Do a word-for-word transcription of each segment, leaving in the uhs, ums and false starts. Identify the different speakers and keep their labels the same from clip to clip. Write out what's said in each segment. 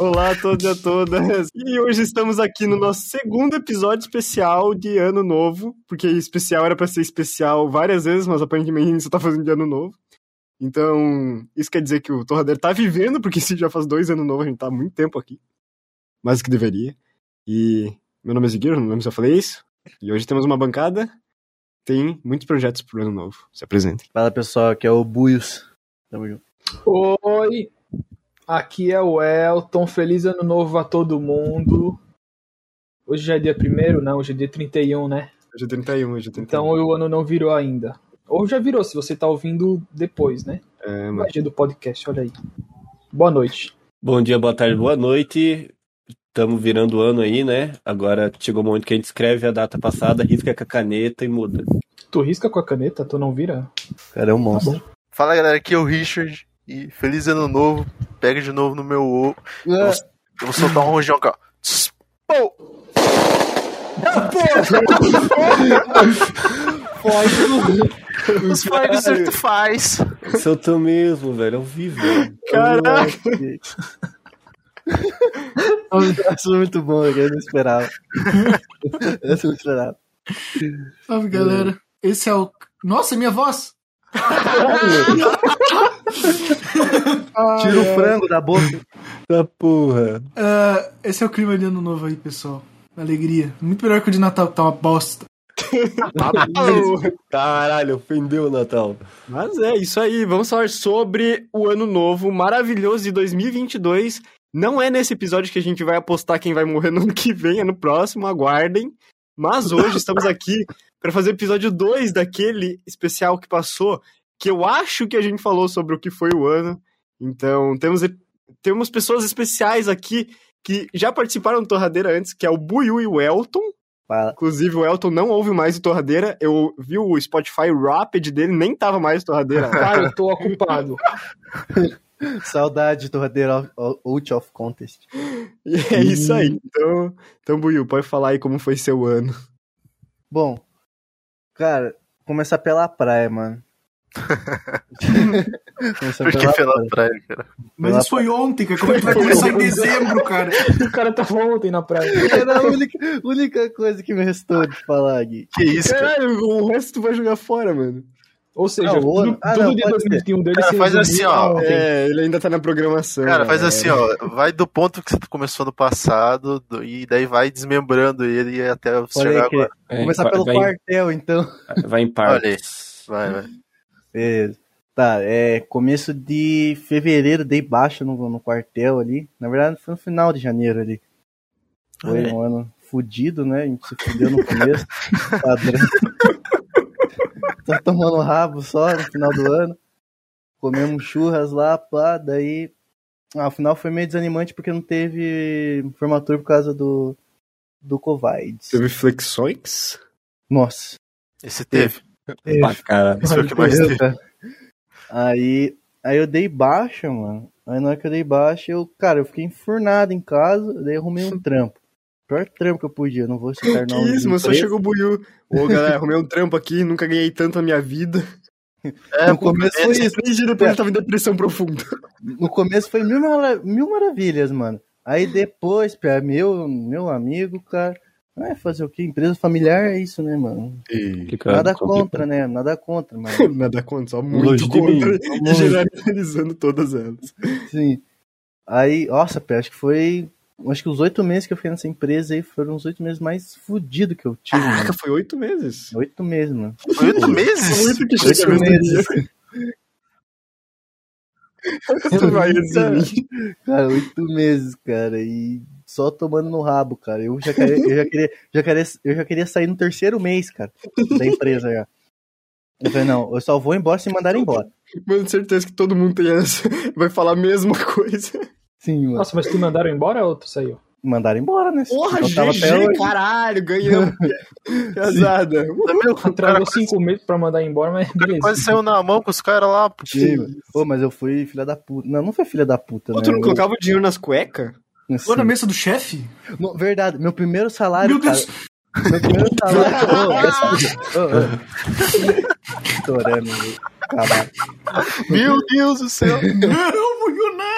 Speaker 1: Olá a todos e a todas. E hoje estamos aqui no nosso segundo episódio especial de Ano Novo, porque especial era pra ser especial várias vezes, mas aparentemente a gente só tá fazendo de Ano Novo. Então, isso quer dizer que o Torradeiro tá vivendo, porque se já faz dois anos novos, a gente tá há muito tempo aqui. Mais do que deveria. E meu nome é Zigueiro, não lembro se eu falei isso. E hoje temos uma bancada, tem muitos projetos pro Ano Novo. Se apresentem.
Speaker 2: Fala pessoal, aqui é o Buios. Tamo junto.
Speaker 3: Oi, aqui é o Elton, feliz ano novo a todo mundo. Hoje já é dia primeiro, não, hoje é dia trinta e um, né?
Speaker 1: Hoje é trinta e um, hoje é trinta e um.
Speaker 3: Então o ano não virou ainda. Ou já virou, se você tá ouvindo depois, né?
Speaker 1: É, mas...
Speaker 3: Magia do podcast, olha aí. Boa noite.
Speaker 4: Bom dia, boa tarde, boa noite. Estamos virando o ano aí, né? Agora chegou o momento que a gente escreve a data passada, risca com a caneta e muda.
Speaker 3: Tu risca com a caneta, tu não vira?
Speaker 2: Cara, é um monstro.
Speaker 3: Tá
Speaker 5: Fala galera, aqui é o Richard e feliz ano novo. Pega de novo no meu ovo. Eu, vou, eu vou soltar um rojão aqui, ó. Pô! Os fogos que tu faz.
Speaker 4: Soltou mesmo, velho, ao vivo.
Speaker 1: Caraca!
Speaker 2: Isso é muito bom, eu não esperava. Eu não esperava.
Speaker 6: Salve, galera. Esse é o... Nossa, minha voz!
Speaker 2: Tira o frango da boca.
Speaker 4: Da porra.
Speaker 6: Uh, esse é o clima de ano novo aí, pessoal. Alegria. Muito melhor que o de Natal, que tá uma bosta.
Speaker 4: Caralho, ofendeu o Natal.
Speaker 1: Mas é, isso aí. Vamos falar sobre o ano novo maravilhoso de dois mil e vinte e dois. Não é nesse episódio que a gente vai apostar quem vai morrer no ano que vem, é no próximo, aguardem. Mas hoje estamos aqui para fazer o episódio dois daquele especial que passou, que eu acho que a gente falou sobre o que foi o ano. Então, temos, temos pessoas especiais aqui que já participaram do Torradeira antes, que é o Buiu e o Elton.
Speaker 2: Fala.
Speaker 1: Inclusive, o Elton não ouve mais o Torradeira. Eu vi o Spotify Wrapped dele, nem tava mais o Torradeira.
Speaker 3: Cara, eu tô ocupado.
Speaker 2: Saudade, Torradeira Out of Contest.
Speaker 1: E é isso aí. Então, então, Buiu, pode falar aí como foi seu ano.
Speaker 2: Bom, cara, começar pela praia, mano.
Speaker 5: Por que pela, pela praia, cara?
Speaker 6: Mas
Speaker 2: Pela
Speaker 6: isso foi ontem, cara. Como é que vai começar em dezembro, cara?
Speaker 3: O cara tava ontem na praia.
Speaker 2: Era a única, única coisa que me restou de falar, Gui.
Speaker 5: Que isso, cara?
Speaker 1: Caralho, o resto tu vai jogar fora, mano.
Speaker 3: Ou seja,
Speaker 2: Ah, o ano-
Speaker 3: tudo,
Speaker 2: ah,
Speaker 3: tudo
Speaker 2: não,
Speaker 3: de
Speaker 2: pode
Speaker 3: dois mil e vinte e um dele
Speaker 5: Cara,
Speaker 3: se
Speaker 5: faz
Speaker 3: resumiu
Speaker 5: assim, ó.
Speaker 3: ontem.
Speaker 1: É, ele ainda tá na programação.
Speaker 5: Cara, faz
Speaker 1: é.
Speaker 5: assim, ó. Vai do ponto que você começou no passado do- e daí vai desmembrando ele até você
Speaker 2: Olha
Speaker 5: chegar
Speaker 2: aí que-
Speaker 5: agora.
Speaker 4: É,
Speaker 2: Começar
Speaker 4: vai-
Speaker 2: pelo
Speaker 4: vai,
Speaker 2: quartel, então.
Speaker 4: vai em partes.
Speaker 5: Vai, vai.
Speaker 2: Beleza. Tá, é começo de fevereiro, dei baixa no, no quartel ali. Na verdade, foi no final de janeiro ali. Foi um ano fudido, né? A gente se fudeu no começo. Padrão. Tá tomando rabo só no final do ano. Comemos churras lá, pá, daí... Ah, afinal foi meio desanimante porque não teve formatura por causa do, do Covid.
Speaker 1: Teve flexões?
Speaker 2: Nossa.
Speaker 5: Esse teve.
Speaker 4: Pra caralho.
Speaker 5: Esse foi o que mais teve.
Speaker 2: Aí, aí eu dei baixa, mano. Aí na hora que eu dei baixa, eu, cara, eu fiquei enfurnado em casa, daí eu arrumei um trampo. Pior trampo que eu podia, não vou citar
Speaker 1: Que
Speaker 2: nome de
Speaker 1: isso, mas só
Speaker 2: empresa.
Speaker 1: chegou o Buiu. Ô, galera, arrumei um trampo aqui, nunca ganhei tanto na minha vida.
Speaker 5: É,
Speaker 2: No começo foi isso.
Speaker 1: Três dias depois eu tava em depressão profunda.
Speaker 2: No começo foi mil, mara- mil maravilhas, mano. Aí depois, pé, meu, meu amigo, cara, é fazer o quê? Empresa familiar é isso, né, mano?
Speaker 4: Complicado,
Speaker 2: Nada
Speaker 4: complicado.
Speaker 2: contra, né? Nada contra, mas
Speaker 1: Nada contra, só muito
Speaker 4: Longe de mim.
Speaker 1: contra e generalizando todas elas.
Speaker 2: sim. Aí, nossa, pé, acho que foi. Acho que os oito meses que eu fiquei nessa empresa aí foram os oito meses mais fodidos que eu tive, mano.
Speaker 1: Caraca, foi oito meses.
Speaker 2: Oito meses, mano.
Speaker 5: Foi oito meses?
Speaker 1: Muito que
Speaker 2: Oito
Speaker 1: chegou
Speaker 2: meses.
Speaker 1: Tu vai exibir.
Speaker 2: Cara, oito meses, cara, e só tomando no rabo, cara. Eu já queria, eu já queria, já queria, eu já queria sair no terceiro mês, cara, da empresa já. Eu falei, não, eu só vou embora se mandarem embora.
Speaker 1: Mano, certeza que todo mundo tem essa... vai falar a mesma coisa.
Speaker 2: Sim, mano.
Speaker 3: Nossa, mas te mandaram embora ou tu saiu?
Speaker 2: Mandaram embora, né?
Speaker 1: Porra,
Speaker 2: Eu tava até
Speaker 1: G G,
Speaker 2: hoje.
Speaker 1: caralho, ganhamos. Casada.
Speaker 3: Atrasou cinco meses pra mandar embora, mas beleza.
Speaker 5: Quase saiu na mão com os caras lá. pô.
Speaker 2: Sim, mano. Pô, mas eu fui filha da puta. Não, não foi filha da puta,
Speaker 1: Pô,
Speaker 2: né?
Speaker 1: tu não
Speaker 2: Eu-
Speaker 1: colocava o dinheiro nas cuecas?
Speaker 2: assim,
Speaker 6: Ou na mesa do chefe?
Speaker 2: não, verdade, meu primeiro salário,
Speaker 6: Meu Deus.
Speaker 2: cara. Meu primeiro salário. Ô, essa- ô, ô. Estourando, caralho.
Speaker 5: Meu Deus do céu.
Speaker 6: Não, Buiu, não!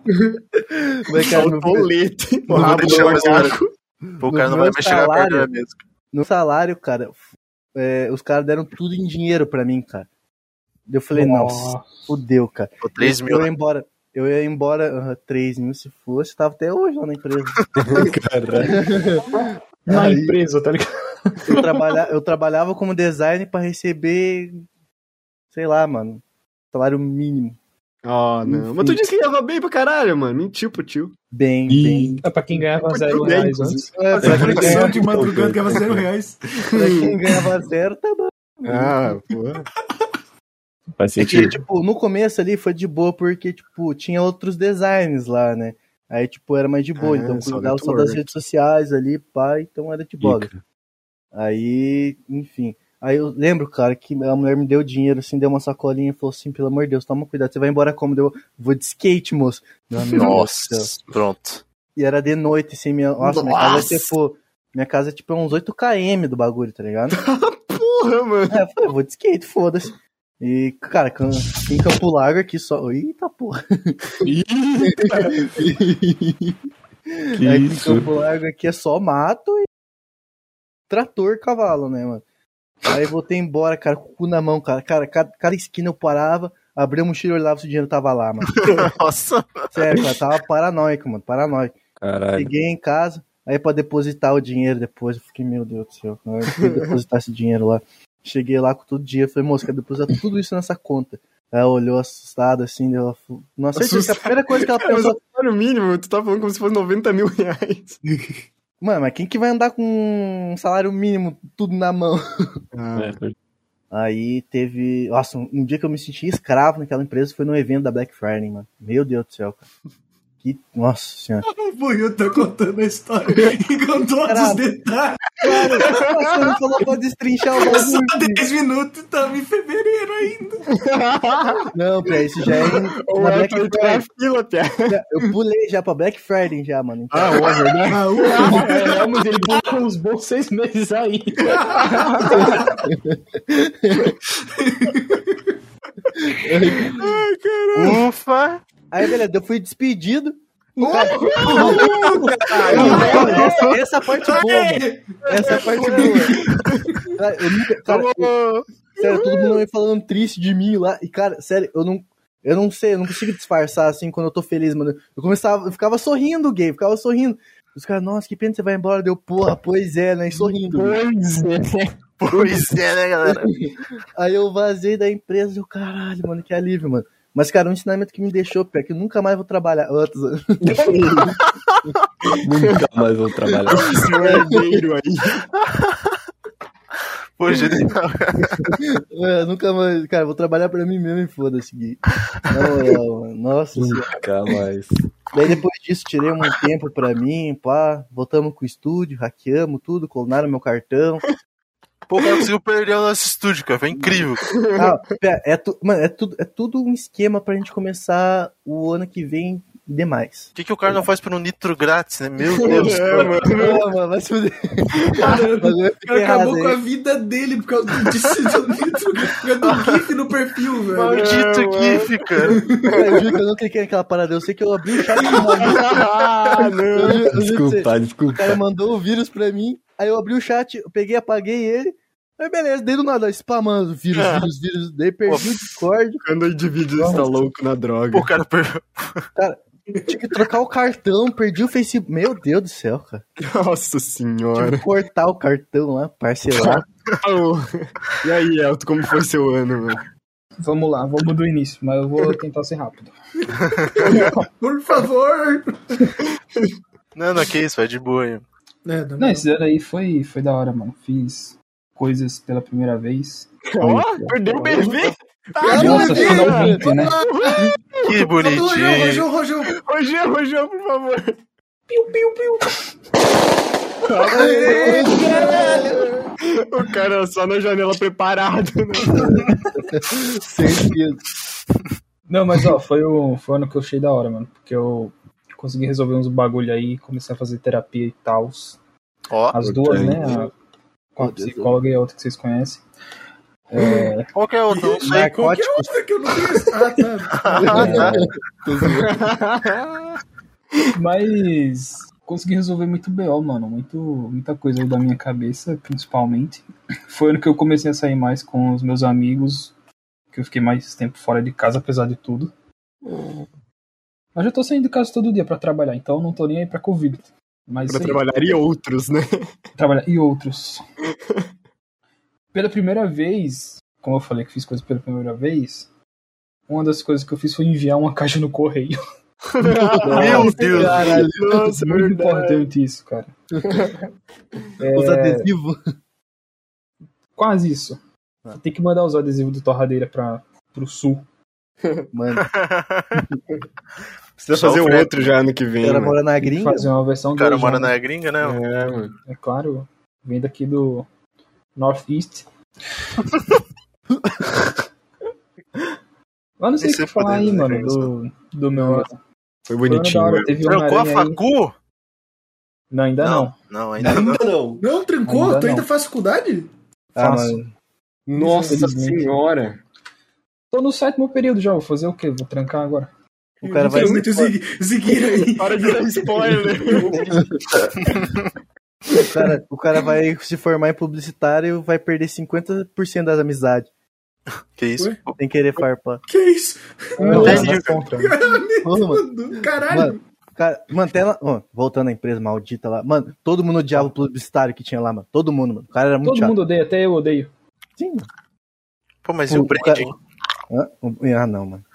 Speaker 2: Mas, cara,
Speaker 1: Só
Speaker 2: no,
Speaker 1: o tolete.
Speaker 5: Não vou deixar mais
Speaker 1: macaco.
Speaker 5: Pô, o cara não vai
Speaker 2: meu
Speaker 5: mais chegar perto
Speaker 2: salário-
Speaker 5: da mesa.
Speaker 2: no salário, cara, é, os caras deram tudo em dinheiro pra mim, cara. Eu falei, nossa, fudeu, cara.
Speaker 5: Pô, três
Speaker 2: eu,
Speaker 5: mil.
Speaker 2: eu ia embora. Eu ia embora, uh, três mil se fosse, tava até hoje lá na empresa.
Speaker 4: Caralho.
Speaker 3: Na
Speaker 2: Aí-
Speaker 3: empresa, tá ligado?
Speaker 2: Eu, trabalha, eu trabalhava como designer pra receber, sei lá, mano, salário mínimo.
Speaker 1: Ah, não. Mas tu disse que ganhava bem pra caralho, mano. Mentiu pro tio.
Speaker 2: Bem,
Speaker 4: Ih.
Speaker 2: bem.
Speaker 3: É pra quem ganhava
Speaker 1: Muito
Speaker 3: zero
Speaker 1: bem,
Speaker 3: reais
Speaker 1: inclusive.
Speaker 3: antes.
Speaker 2: É, pra, quem
Speaker 6: Flexão
Speaker 2: ganhava,
Speaker 6: de madrugada que ganhava zero reais.
Speaker 2: pra quem ganhava zero, tá bom.
Speaker 1: Ah, porra.
Speaker 4: Faz
Speaker 2: É que,
Speaker 4: sentido.
Speaker 2: tipo, no começo ali foi de boa porque, tipo, tinha outros designs lá, né? Aí, tipo, era mais de boa.
Speaker 1: Ah,
Speaker 2: então,
Speaker 1: só
Speaker 2: cuidava só
Speaker 1: network.
Speaker 2: das redes sociais ali, pá, então era de boa.
Speaker 4: Pica.
Speaker 2: Aí, enfim. Aí eu lembro, cara, que a mulher me deu dinheiro, assim, deu uma sacolinha e falou assim, pelo amor de Deus, toma cuidado, você vai embora como? Deu, vou de skate, moço. Meu amigo,
Speaker 5: Nossa, pronto.
Speaker 2: e era de noite, assim, minha, nossa, minha casa é tipo, minha casa é tipo uns oito quilômetros do bagulho, tá ligado?
Speaker 1: Porra, mano.
Speaker 2: É, eu falei, vou de skate, foda-se. E, cara, can- em Campo Largo aqui só. Eita porra.
Speaker 4: Que
Speaker 2: É que em
Speaker 4: isso?
Speaker 2: Campo Largo aqui é só mato e trator, cavalo, né, mano? Aí eu voltei embora, cara, com o cu na mão, cara. Cara, cada, cada esquina eu parava, abria a mochila e olhava se o dinheiro tava lá, mano.
Speaker 5: Nossa.
Speaker 2: Sério, cara, tava paranoico, mano, paranoico.
Speaker 4: Caralho.
Speaker 2: Cheguei em casa, aí pra depositar o dinheiro depois, eu fiquei, meu Deus do céu, como é que eu fui depositar esse dinheiro lá? Cheguei lá com todo dia, falei, moça, quero depositar tudo isso nessa conta. Ela olhou assustada assim, ela falou, não sei se a primeira coisa que ela
Speaker 1: Cara, mas
Speaker 2: pensou,
Speaker 1: o salário mínimo, tu tá falando como se fosse noventa mil reais.
Speaker 2: mano, mas quem que vai andar com um salário mínimo, tudo na mão?
Speaker 1: Ah,
Speaker 4: É,
Speaker 2: Aí teve, nossa, um, um dia que eu me senti escravo naquela empresa foi no evento da Black Friday, mano. Meu Deus do céu, cara. Que, nossa senhora.
Speaker 6: O Buiu tá contando a história e com todos
Speaker 2: Caralho.
Speaker 6: os detalhes.
Speaker 2: Claro, você não falou pra destrinchar o
Speaker 6: Só
Speaker 2: bagulho.
Speaker 6: dez minutos e tava em fevereiro ainda.
Speaker 2: Não, Pia, isso já é em,
Speaker 1: o
Speaker 2: na Black
Speaker 1: Elton tá na
Speaker 2: Friday.
Speaker 1: fila, Pia.
Speaker 2: Eu pulei já pra Black Friday já, mano. Então,
Speaker 1: Ah, ó, verdade.
Speaker 6: Ah, ufa.
Speaker 3: É, mas ele pulou uns bons seis meses aí.
Speaker 5: Ufa.
Speaker 2: aí, beleza, eu fui despedido.
Speaker 1: Uh!
Speaker 2: essa, essa parte boa, mano. Essa parte boa. Cara, eu nunca, cara, eu- sério, todo mundo me falando triste de mim lá. E, cara, sério, eu não, eu não sei, eu não consigo disfarçar assim quando eu tô feliz, mano. Eu começava, eu ficava sorrindo, gay, ficava sorrindo. Os caras, nossa, que pena que você vai embora. Deu, porra, pois é, né? E sorrindo.
Speaker 5: Pois é, né, galera?
Speaker 2: Aí eu vazei da empresa e eu, caralho, mano, que alívio, mano. Mas, cara, um ensinamento que me deixou, pé, que eu nunca mais vou trabalhar. Outros,
Speaker 4: Nunca mais vou trabalhar.
Speaker 1: Esse herdeiro aí.
Speaker 5: Pô, genial.
Speaker 2: é, nunca mais, cara, vou trabalhar pra mim mesmo e foda-se, gay. Na moral, mano. Nossa senhora.
Speaker 4: Nunca mais.
Speaker 2: Daí depois disso, tirei um tempo pra mim, pá, voltamos com o estúdio, hackeamos tudo, clonaram meu cartão.
Speaker 5: Pô, o cara conseguiu perder o nosso estúdio, cara. Foi incrível.
Speaker 2: Ah, pera, é, tu, mano, é, tudo, é tudo um esquema pra gente começar o ano que vem demais.
Speaker 5: O que, que o cara não faz por um nitro grátis, né? Meu Deus.
Speaker 1: É, mano.
Speaker 2: Não, mano, vai se fuder.
Speaker 6: Cara,
Speaker 2: O bagulho
Speaker 6: o
Speaker 2: fica
Speaker 6: cara
Speaker 2: errado
Speaker 6: acabou com a
Speaker 2: aí.
Speaker 6: vida dele por causa do disso do nitro, por causa do GIF no perfil, velho.
Speaker 5: Maldito GIF, cara.
Speaker 2: Cara, eu juro que eu não cliquei naquela parada, eu sei que eu abri o chat do bagulho.
Speaker 1: Ah, não.
Speaker 2: Eu juro- eu juro pra você.
Speaker 4: Desculpa,
Speaker 2: O cara
Speaker 4: desculpa.
Speaker 2: mandou o vírus pra mim, aí eu abri o chat, eu peguei, apaguei ele, aí beleza, daí do nada, spamando, vírus, vírus, vírus, daí perdi o Discord,
Speaker 1: Quando o indivíduo está louco na droga.
Speaker 5: Pô, o cara per...
Speaker 2: tinha que trocar o cartão, perdi o Facebook, meu Deus do céu, cara,
Speaker 1: Nossa
Speaker 2: tive
Speaker 1: senhora.
Speaker 2: que cortar o cartão lá, parcelar.
Speaker 1: E aí, Elton, como foi seu ano, mano?
Speaker 3: Vamos lá, vamos do início, mas eu vou tentar ser rápido.
Speaker 6: Por favor.
Speaker 5: Não, não, que isso, vai de boa aí.
Speaker 6: É, não,
Speaker 3: Não, esse ano aí foi, foi da hora, mano. Fiz coisas pela primeira vez.
Speaker 1: Ó, perdeu o bebê. Ah,
Speaker 3: Nossa,
Speaker 1: meu
Speaker 3: finalmente,
Speaker 1: Deus.
Speaker 3: né?
Speaker 5: Que bonitinho.
Speaker 6: Rojão, Rojão, Rojão.
Speaker 1: Rogério, Rogério, por favor.
Speaker 3: Piu, piu, piu.
Speaker 1: O cara só na janela preparado, né?
Speaker 2: Certeza.
Speaker 3: Não, mas ó, foi o, foi o ano que eu achei da hora, mano. Porque eu consegui resolver uns bagulho aí, comecei a fazer terapia e tal.
Speaker 5: Ó,
Speaker 3: As duas, né? A, com a psicóloga e a outra que vocês conhecem. É...
Speaker 5: Qual que é outra? Não sei.
Speaker 6: Qualquer outra que eu não conheço. Ah, tá.
Speaker 3: Mas consegui resolver muito B O, mano. Muito, muita coisa aí da minha cabeça, principalmente. Foi ano que eu comecei a sair mais com os meus amigos, que eu fiquei mais tempo fora de casa, apesar de tudo. Mas eu tô saindo de casa todo dia pra trabalhar, então não tô nem aí pra Covid. Mas
Speaker 1: Pra
Speaker 3: aí,
Speaker 1: trabalhar e outros, né?
Speaker 3: trabalhar e outros. Pela primeira vez, como eu falei que fiz coisa pela primeira vez, uma das coisas que eu fiz foi enviar uma caixa no correio.
Speaker 5: Meu Deus.
Speaker 2: Caralho.
Speaker 1: Nossa,
Speaker 3: Muito
Speaker 1: verdade.
Speaker 3: importante isso, cara. É,
Speaker 2: Os adesivos.
Speaker 3: quase isso.
Speaker 2: Ah.
Speaker 3: Tem que mandar os adesivos do Torradeira pra, pro sul.
Speaker 2: Mano,
Speaker 1: Precisa
Speaker 5: Só
Speaker 1: fazer
Speaker 5: o
Speaker 1: um
Speaker 5: frete.
Speaker 1: outro já ano que
Speaker 2: o
Speaker 1: vem.
Speaker 2: cara
Speaker 1: mano.
Speaker 2: mora na
Speaker 3: Tem que
Speaker 2: gringa.
Speaker 3: fazer uma versão
Speaker 5: O cara
Speaker 3: dois já,
Speaker 5: mora
Speaker 3: né?
Speaker 5: na gringa, né?
Speaker 1: É, mano.
Speaker 3: É claro, vem daqui do Northeast. Eu não sei o
Speaker 5: Nem sei
Speaker 3: que falar aí,
Speaker 5: poder,
Speaker 3: mano,
Speaker 5: né,
Speaker 3: do, do meu ano.
Speaker 1: Foi
Speaker 3: Foi ano da
Speaker 1: bonitinho.
Speaker 3: hora,
Speaker 1: né?
Speaker 3: teve
Speaker 5: Trancou a
Speaker 3: Homem-Aranha aí.
Speaker 5: facu?
Speaker 3: Não, ainda não.
Speaker 5: Não, ainda não.
Speaker 4: Ainda não.
Speaker 6: Não, trancou?
Speaker 3: Ainda
Speaker 6: Tu ainda
Speaker 3: não.
Speaker 6: faz faculdade?
Speaker 2: Ah,
Speaker 3: Faço.
Speaker 2: mano.
Speaker 1: Nossa
Speaker 3: Infelizmente.
Speaker 1: senhora.
Speaker 3: Tô no sétimo período já, vou fazer o quê? Vou trancar agora.
Speaker 2: O cara vai.
Speaker 6: Infelizmente, o Zig- o Zigueira aí.
Speaker 1: Para de dar spoiler.
Speaker 2: O cara, o cara vai se formar em publicitário e vai perder cinquenta por cento das amizades.
Speaker 5: Que isso?
Speaker 6: Ué?
Speaker 2: Sem querer farpar.
Speaker 6: Que isso?
Speaker 3: Não,
Speaker 5: entendi.
Speaker 3: nada contra.
Speaker 2: Ô, mano,
Speaker 6: Caralho.
Speaker 2: mano, cara, mano, até lá, ó, voltando à empresa maldita lá, mano, todo mundo odiava o publicitário que tinha lá, mano. Todo mundo, mano. O cara era muito
Speaker 3: Todo
Speaker 2: chato.
Speaker 3: mundo odeia, até eu odeio.
Speaker 2: Sim, mano.
Speaker 5: Pô, mas
Speaker 2: O-
Speaker 5: e o
Speaker 2: o
Speaker 5: brand,
Speaker 2: cara-
Speaker 5: hein?
Speaker 2: Hã? Ah, não, mano.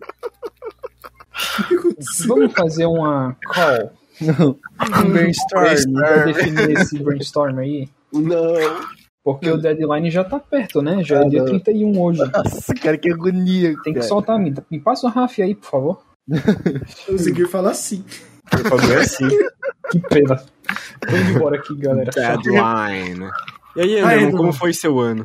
Speaker 3: Vamos fazer uma call
Speaker 2: Um brainstorm.
Speaker 3: pra definir esse brainstorm aí?
Speaker 4: Não.
Speaker 3: Porque o deadline já tá perto, né? Já é
Speaker 2: Ah,
Speaker 3: dia
Speaker 2: não.
Speaker 3: trinta e um hoje.
Speaker 2: Nossa, cara, que agonia.
Speaker 3: Tem que
Speaker 2: cara.
Speaker 3: soltar, me, me passa o Raf aí, por favor.
Speaker 6: O Zigueira fala assim.
Speaker 1: Por favor, é assim.
Speaker 3: Que pena. Tô indo embora aqui, galera.
Speaker 1: Deadline. E aí,
Speaker 6: Ah,
Speaker 1: Anderson,
Speaker 6: Edu.
Speaker 1: como foi seu ano?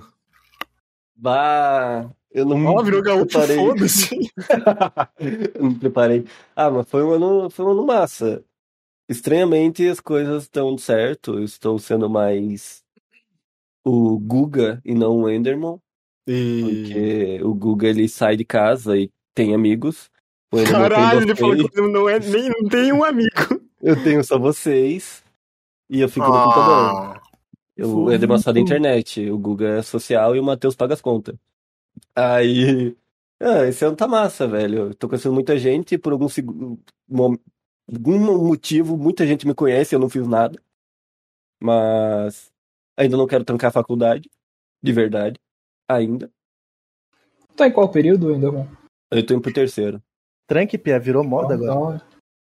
Speaker 4: Bah, eu não
Speaker 1: Ó, virou gaúcho,
Speaker 4: preparei.
Speaker 1: foda-se.
Speaker 4: Eu não me preparei. Ah, mas foi um ano, foi um ano massa. Estranhamente, as coisas estão certo. Eu estou sendo mais o Guga e não o Enderman.
Speaker 1: E...
Speaker 4: Porque o Guga, ele sai de casa e tem amigos. O Enderman tem
Speaker 1: Caralho, ele falou
Speaker 4: vocês.
Speaker 1: que não, é, nem, não tem um amigo.
Speaker 4: Eu tenho só vocês. E eu fico no computador.
Speaker 5: Ah,
Speaker 4: Eu, o Enderman só da internet. O Guga é social e o Matheus paga as contas. Aí. Ah, esse ano tá massa, velho. Eu tô conhecendo muita gente e por algum, seg- mo- algum motivo, muita gente me conhece, eu não fiz nada. Mas ainda não quero trancar a faculdade. De verdade. Ainda.
Speaker 3: Tá em qual período ainda, irmão?
Speaker 4: Eu tô indo pro terceiro.
Speaker 2: Tranque, Pia, virou moda
Speaker 3: Da
Speaker 2: agora.
Speaker 3: hora.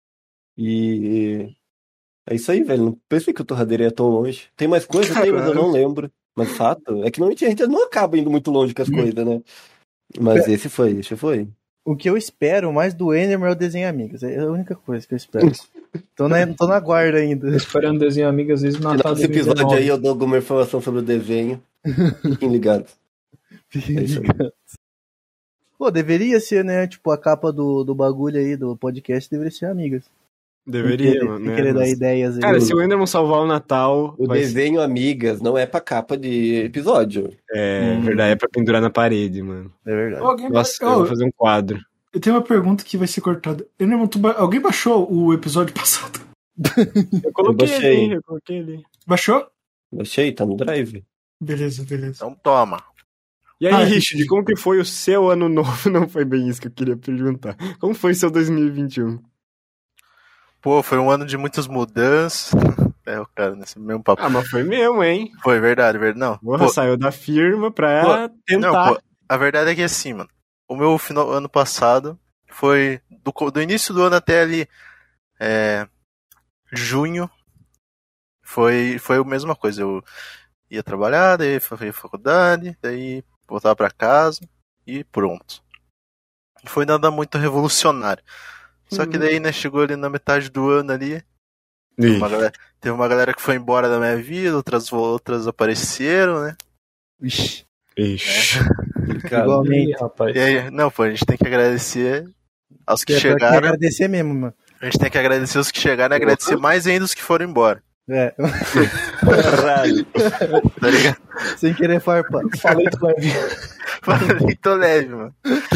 Speaker 4: E. É isso aí, velho. Não pensei que o Torradeira ia tão longe. Tem mais coisa? Tem, mas eu não lembro. Mas fato, é que normalmente a gente não acaba indo muito longe com as coisas, né? Mas esse foi, esse foi.
Speaker 2: O que eu espero mais do Enderman é o desenho Amigas. É a única coisa que eu espero. tô, na, tô na guarda ainda.
Speaker 3: Tô esperando desenho amigo, às vezes, Natal
Speaker 4: Nesse
Speaker 3: de
Speaker 4: episódio
Speaker 3: dois mil e
Speaker 4: aí eu dou alguma informação sobre o desenho. Fiquem ligados. É isso aí.
Speaker 2: Pô, deveria ser, né? Tipo, a capa do, do bagulho aí, do podcast, deveria ser Amigas.
Speaker 1: Deveria,
Speaker 2: Sem querer-
Speaker 1: mano.
Speaker 2: sem
Speaker 1: né,
Speaker 2: querer dar
Speaker 1: mas-
Speaker 2: ideias aí.
Speaker 1: Cara, se o Enderman salvar o Natal,
Speaker 4: O
Speaker 1: vai ser...
Speaker 4: desenho Amigas não é pra capa de episódio.
Speaker 1: É
Speaker 2: Hum.
Speaker 1: verdade, é pra pendurar na parede, mano.
Speaker 2: É verdade.
Speaker 6: Alguém
Speaker 1: Nossa,
Speaker 6: ba-
Speaker 1: eu
Speaker 6: Ô,
Speaker 1: vou fazer um quadro.
Speaker 6: eu tenho uma pergunta que vai ser cortada. Enderman, tu ba- Alguém baixou o episódio passado?
Speaker 1: Eu coloquei
Speaker 4: baixei.
Speaker 1: ali, eu coloquei ali.
Speaker 6: Baixou?
Speaker 4: Achei, tá no drive.
Speaker 6: Beleza, beleza.
Speaker 5: então toma.
Speaker 1: E aí,
Speaker 6: Ah,
Speaker 1: Richard, como que foi o seu ano novo? Não foi bem isso que eu queria perguntar. Como foi o seu dois mil e vinte e um?
Speaker 5: Pô, foi um ano de muitas mudanças. É, o cara, nesse mesmo papo.
Speaker 1: Ah, mas foi mesmo, hein?
Speaker 5: Foi verdade, verdade. Não,
Speaker 1: Porra,
Speaker 5: pô,
Speaker 1: saiu da firma pra tentar.
Speaker 5: não, pô, a verdade é que assim, mano. O meu final ano passado foi do, co- do início do ano até ali é, junho. Foi, foi a mesma coisa. Eu ia trabalhar, daí fui à faculdade, daí voltava pra casa e pronto. Não foi nada muito revolucionário. Só que daí, né, chegou ali na metade do ano ali.
Speaker 1: Ih,
Speaker 5: Uma galera, teve uma galera que foi embora da minha vida, outras, outras apareceram, né?
Speaker 2: Ixi,
Speaker 1: ixi.
Speaker 4: Complicado.
Speaker 2: igualmente.
Speaker 3: Ih, rapaz.
Speaker 5: E aí, não, pô, a gente tem que agradecer aos que
Speaker 2: É pra
Speaker 5: chegaram.
Speaker 2: agradecer mesmo, mano.
Speaker 5: A gente tem que agradecer os que chegaram e agradecer mais ainda os que foram embora.
Speaker 2: É,
Speaker 4: Caralho.
Speaker 5: Tá ligado?
Speaker 2: sem querer farpar.
Speaker 3: Falei tu leve.
Speaker 5: Falei, tô leve, mano.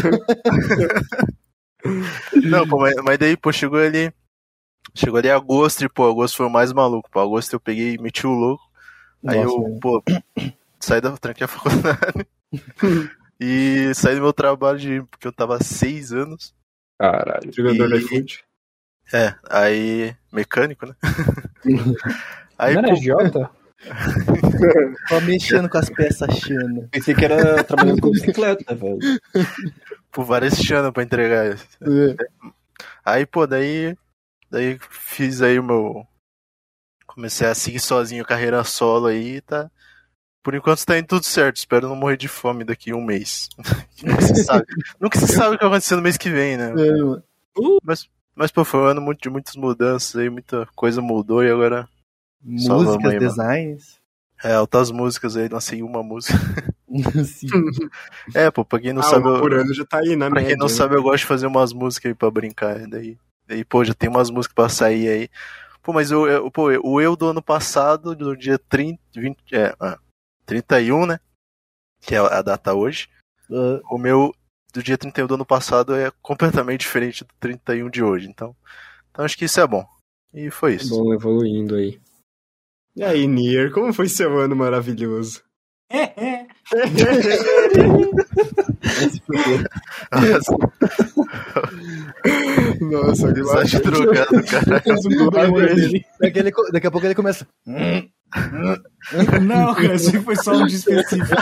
Speaker 5: Não, pô, mas, mas daí, pô, chegou ali. Chegou ali agosto e, pô, agosto foi o mais maluco. Pô, agosto eu peguei e meti o louco. Aí
Speaker 2: Nossa,
Speaker 5: eu,
Speaker 2: mano.
Speaker 5: pô, saí da tranquei a faculdade. E saí do meu trabalho de, porque eu tava há seis anos.
Speaker 4: Caralho.
Speaker 1: Jogador
Speaker 5: E-
Speaker 1: de iFood.
Speaker 5: É, aí. Mecânico, né? Aí,
Speaker 3: Não era
Speaker 5: pô,
Speaker 3: agiota?
Speaker 2: Só mexendo com as peças chinas.
Speaker 4: Pensei que era trabalhando com bicicleta, velho.
Speaker 5: por várias chanas pra entregar. Aí, pô, daí. Daí fiz aí o meu. Comecei a seguir sozinho carreira solo aí, tá? Por enquanto tá indo tudo certo. Espero não morrer de fome daqui a um mês. Nunca se sabe. Nunca se sabe o que vai acontecer no mês que vem, né?
Speaker 2: É, mano.
Speaker 5: Mas, mas pô, foi um ano muito, de muitas mudanças aí, muita coisa mudou e agora. Só vamos
Speaker 2: Músicas,
Speaker 5: aí, mano.
Speaker 2: designs.
Speaker 5: É, altas músicas aí, lancei uma música.
Speaker 2: Sim.
Speaker 5: É, pô, pra quem não
Speaker 1: Ah,
Speaker 5: sabe.
Speaker 1: uma
Speaker 5: Eu,
Speaker 1: por ano já tá aí, na
Speaker 5: pra
Speaker 1: média.
Speaker 5: quem não
Speaker 1: né?
Speaker 5: sabe, eu gosto de fazer umas músicas aí pra brincar. Daí, daí pô, já tem umas músicas pra sair aí. Pô, mas eu, eu, pô, o eu do ano passado, do dia trinta, vinte, é, ah, trinta e um, né? Que é a data hoje.
Speaker 2: Ah,
Speaker 5: O meu do dia trinta e um do ano passado é completamente diferente do trinta e um de hoje. Então, então acho que isso é bom. E foi isso.
Speaker 1: Bom, evoluindo aí. E aí, Nier, como foi seu ano maravilhoso?
Speaker 5: Nossa,
Speaker 1: Nossa, que
Speaker 5: mensagem drogado, cara.
Speaker 2: daqui, ele, daqui a pouco ele começa.
Speaker 6: Não, cara, isso aí foi só um dia específico.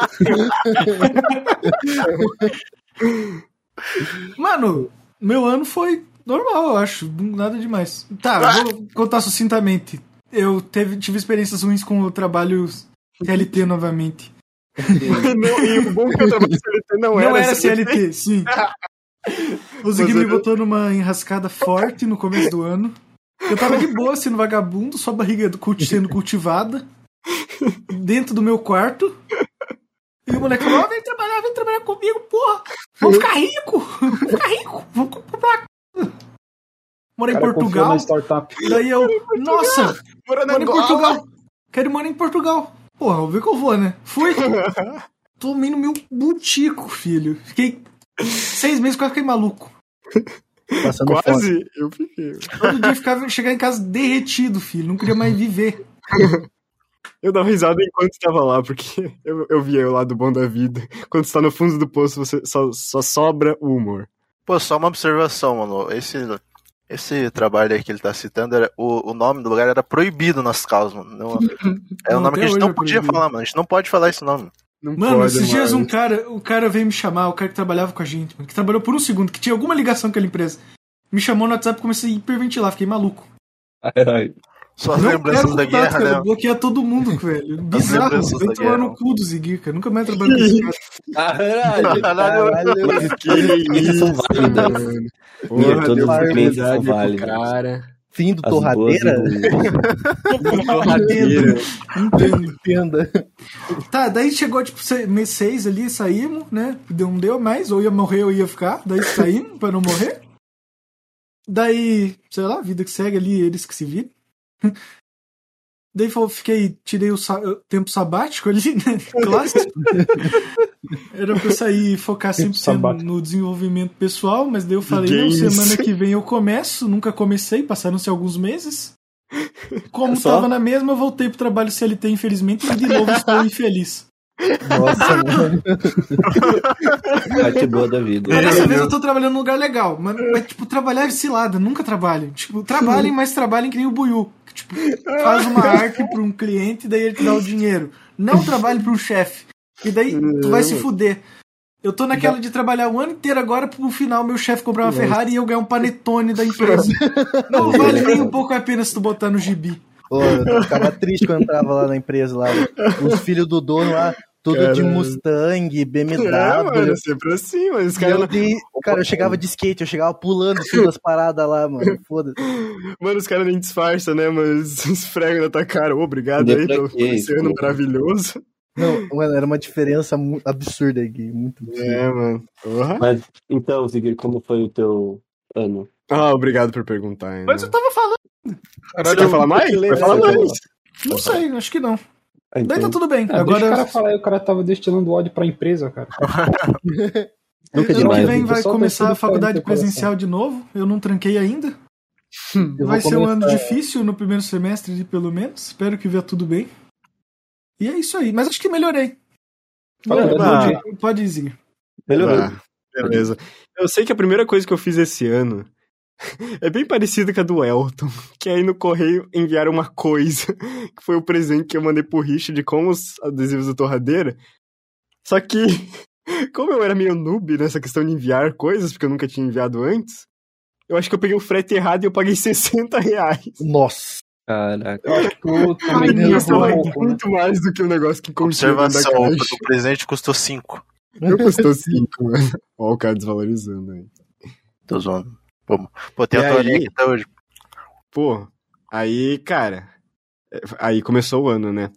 Speaker 6: Mano, meu ano foi normal, eu acho. Nada demais. Tá, eu vou contar sucintamente. Eu teve, tive experiências ruins com o trabalho C L T novamente.
Speaker 1: Não, e o bom que eu trabalho C L T não,
Speaker 6: Não
Speaker 1: era
Speaker 6: era C L T, sim. O Ziggy me botou numa enrascada forte no começo do ano. Eu tava de boa sendo vagabundo, só a barriga do culti sendo cultivada. Dentro do meu quarto. E o moleque falou: oh, vem trabalhar, vem trabalhar comigo, porra. Vamos ficar rico. Vamos ficar rico. Vamos comprar. Mora em
Speaker 3: Cara, confiou
Speaker 6: Portugal.
Speaker 3: na startup.
Speaker 6: Daí eu, nossa,
Speaker 1: Bora na
Speaker 6: mora em
Speaker 1: Angola.
Speaker 6: Portugal. Quero morar em Portugal. Porra, vou ver que eu vou, né? Fui. Tomei no meu butico, filho. Fiquei seis meses, quase fiquei maluco.
Speaker 2: Passando fome.
Speaker 1: Quase, eu fiquei.
Speaker 6: Todo dia ficava chegar em casa derretido, filho. Não queria mais viver.
Speaker 1: Eu dava risada enquanto estava lá, porque eu, eu via o lado bom da vida. Quando você tá no fundo do poço, você só, só sobra o humor.
Speaker 5: Pô, só uma observação, mano. Esse, esse trabalho aí que ele tá citando, era, o, o nome do lugar era proibido nas causas, mano. Não, é um
Speaker 6: Não,
Speaker 5: nome que
Speaker 6: até
Speaker 5: a gente
Speaker 6: hoje
Speaker 5: não
Speaker 6: é
Speaker 5: podia
Speaker 6: proibido.
Speaker 5: falar, mano. A gente não pode falar esse nome.
Speaker 1: Não
Speaker 6: Mano,
Speaker 1: pode
Speaker 6: esses dias
Speaker 1: mais.
Speaker 6: um cara, o cara veio me chamar, o cara que trabalhava com a gente, mano, que trabalhou por um segundo, que tinha alguma ligação com aquela empresa. Me chamou no WhatsApp e comecei a hiperventilar, fiquei maluco.
Speaker 4: Ai,
Speaker 5: Só as
Speaker 6: Não
Speaker 5: lembranças
Speaker 6: quero
Speaker 5: da
Speaker 6: contato,
Speaker 5: guerra,
Speaker 6: cara,
Speaker 5: né?
Speaker 6: bloqueia todo mundo, velho. Bizarro,
Speaker 5: lembranças
Speaker 6: vai
Speaker 5: da
Speaker 6: tomar
Speaker 5: guerra.
Speaker 6: no cu do Ziggy, cara. Nunca mais trabalho com esse cara.
Speaker 4: caralho.
Speaker 2: Caralho.
Speaker 1: Que isso,
Speaker 4: são válidas.
Speaker 1: mano.
Speaker 4: Nier,
Speaker 1: Porra,
Speaker 4: todos
Speaker 1: deu
Speaker 4: os argumentos são
Speaker 1: oportunidade pro
Speaker 4: válidos.
Speaker 1: cara.
Speaker 2: Fim do
Speaker 4: As boas
Speaker 2: torradeira?
Speaker 4: e ruins.
Speaker 1: Torradeira.
Speaker 6: Entendo.
Speaker 2: Entenda.
Speaker 6: Tá, daí chegou, tipo, se- mês seis ali, saímos, né? Deu, não deu mais, ou ia morrer ou ia ficar. Daí saímos pra não morrer. Daí, sei lá, vida que segue ali, eles que se viram. Daí eu fiquei, tirei o sa- o tempo sabático ali, né? Clássico. Era pra eu sair e focar cem por cento
Speaker 3: sabático.
Speaker 6: no desenvolvimento pessoal, mas daí eu falei, não,
Speaker 1: games.
Speaker 6: semana que vem eu começo, nunca comecei, passaram-se alguns meses. Como
Speaker 4: Só?
Speaker 6: tava na mesma, eu voltei pro trabalho C L T, infelizmente, e de novo estou infeliz.
Speaker 2: Nossa, mano.
Speaker 4: Parte boa da vida.
Speaker 6: Mas dessa vez eu tô trabalhando num lugar legal. Mas, mas, tipo, trabalhar é cilada, nunca trabalhem. Tipo, trabalhem, mas trabalhem que nem o Buiu. Que, tipo, faz uma arte pra um cliente e daí ele te dá o dinheiro. Não trabalhe pro chefe. E daí tu vai se fuder. Eu tô naquela de trabalhar o ano inteiro agora pro final meu chefe comprar uma Ferrari e eu ganhar um panetone da empresa. Não vale nem um pouco a pena se tu botar no gibi.
Speaker 2: Pô, eu ficava triste quando eu entrava lá na empresa, lá. Os filhos do dono lá, tudo de
Speaker 1: Caralho.
Speaker 2: Mustang, B M
Speaker 1: É,
Speaker 2: W.
Speaker 1: mano, sempre assim, mas os
Speaker 2: E
Speaker 1: caras.
Speaker 2: eu de... Cara, eu chegava de skate, eu chegava pulando todas as paradas lá, mano. Foda-se.
Speaker 1: Mano, os caras nem disfarçam, né? Mas esfregam na tua cara. Ô, obrigado aí
Speaker 4: Pra
Speaker 1: pelo
Speaker 4: quê?
Speaker 1: esse ano
Speaker 4: Pô.
Speaker 1: maravilhoso.
Speaker 2: Não, mano, era uma diferença mu- absurda aqui. Muito absurda.
Speaker 1: É, mano. Porra.
Speaker 4: Mas, então, Ziggy, como foi o teu ano.
Speaker 1: Ah, obrigado por perguntar. Hein,
Speaker 6: Mas eu tava falando.
Speaker 1: Você quer falar mais? Vai falar mais.
Speaker 6: Não sei, acho que não.
Speaker 4: Ah,
Speaker 6: Daí tá
Speaker 4: então,
Speaker 6: tudo bem.
Speaker 3: Ah,
Speaker 6: Agora,
Speaker 3: deixa o cara falar aí, o cara tava destilando ódio pra empresa, cara.
Speaker 4: nunca é
Speaker 6: ano que
Speaker 4: demais.
Speaker 6: vem
Speaker 4: né?
Speaker 6: vai
Speaker 3: Só
Speaker 6: começar
Speaker 3: torcida
Speaker 6: a faculdade
Speaker 3: pra ele ter
Speaker 6: presencial de novo. Eu não tranquei ainda.
Speaker 3: Eu
Speaker 6: Vai
Speaker 3: vou
Speaker 6: ser um ano
Speaker 3: começar-
Speaker 6: difícil no primeiro semestre, pelo menos. Espero que vá tudo bem. E é isso aí. Mas acho que melhorei.
Speaker 3: Fala,
Speaker 6: Pode-
Speaker 1: ah.
Speaker 6: pode, pode ir.
Speaker 4: Melhorou.
Speaker 1: Ah, beleza. Eu sei que a primeira coisa que eu fiz esse ano é bem parecida com a do Elton, que aí no correio enviaram uma coisa, que foi o presente que eu mandei pro Richard com os adesivos da torradeira. Só que, como eu era meio noob nessa questão de enviar coisas, porque eu nunca tinha enviado antes, eu acho que eu peguei o frete errado e eu paguei sessenta reais.
Speaker 2: Nossa.
Speaker 4: Caraca.
Speaker 3: Eu acho que tu
Speaker 6: Ai,
Speaker 3: também
Speaker 6: meu
Speaker 3: derrubou
Speaker 6: Deus.
Speaker 3: um pouco, né?
Speaker 1: Muito mais do que o negócio que continha dentro da
Speaker 5: Observação, o
Speaker 1: caixa.
Speaker 5: do presente custou cinco.
Speaker 1: Eu custou cinco, mano. Ó o cara desvalorizando aí.
Speaker 5: Tô zoando. Pô, pô tem
Speaker 1: E
Speaker 5: a toalhinha
Speaker 1: aí?
Speaker 5: aqui até hoje.
Speaker 1: Pô, aí, cara, é, aí começou o ano, né?